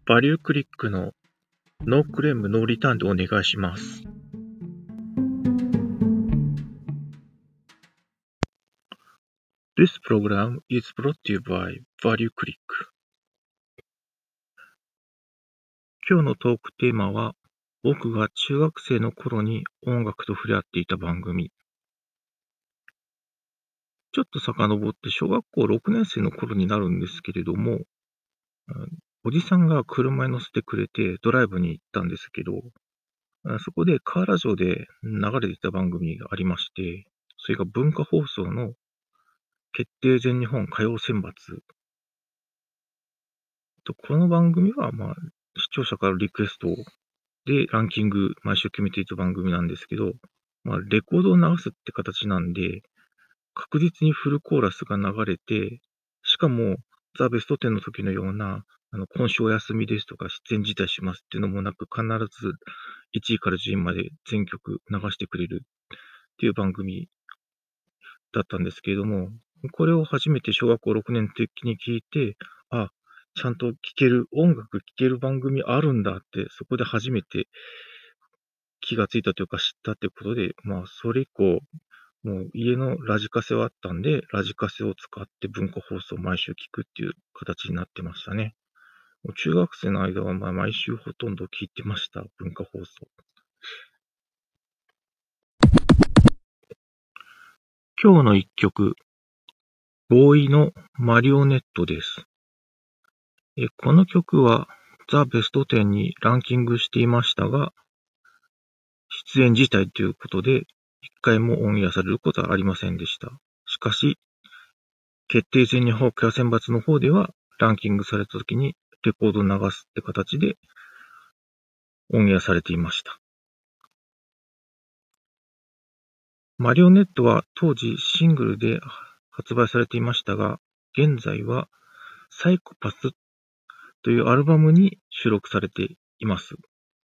バリュークリックのノークレームノーリターンでお願いします。This program is brought to you by Value Click。今日のトークテーマは、僕が中学生の頃に音楽と触れ合っていた番組。ちょっと遡って小学校6年生の頃になるんですけれども、おじさんが車に乗せてくれてドライブに行ったんですけど、そこでカーラジオで流れていた番組がありまして、それが文化放送の決定全日本歌謡選抜。この番組は、視聴者からリクエストでランキング毎週決めていた番組なんですけど、レコードを流すって形なんで、確実にフルコーラスが流れて、しかもザ・ベスト10の時のような、今週お休みですとか出演辞退しますっていうのもなく、必ず1位から10位まで全曲流してくれるっていう番組だったんですけれども、これを初めて小学校6年の時に聞いて、ちゃんと聴ける、音楽聴ける番組あるんだって、そこで初めて気がついたというか知ったということで、それ以降、もう家のラジカセはあったんで、ラジカセを使って文化放送を毎週聞くっていう形になってましたね。もう中学生の間は毎週ほとんど聞いてました、文化放送。今日の一曲、ボーイのマリオネットです。この曲はザ・ベスト10にランキングしていましたが、出演辞退ということで、一回もオンエアされることはありませんでした。しかし、決定全日本歌謡選抜の方では、ランキングされた時にレコードを流すって形でオンエアされていました。マリオネットは当時シングルで発売されていましたが、現在はサイコパスというアルバムに収録されています。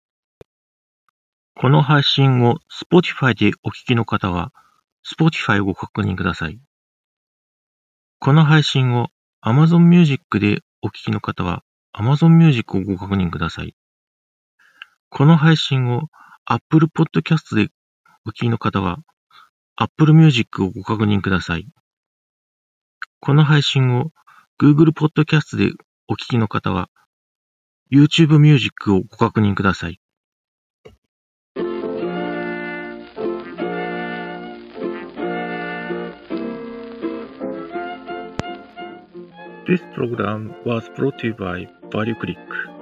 この配信を Spotify でお聞きの方は Spotify をご確認ください。この配信を Amazon Music でお聞きの方は Amazon Music をご確認ください。この配信を Apple Podcast でお聞きの方は Apple Music をご確認ください。この配信を Google Podcast でお聞きの方は YouTube Music をご確認ください。This program was brought to you by Value Click.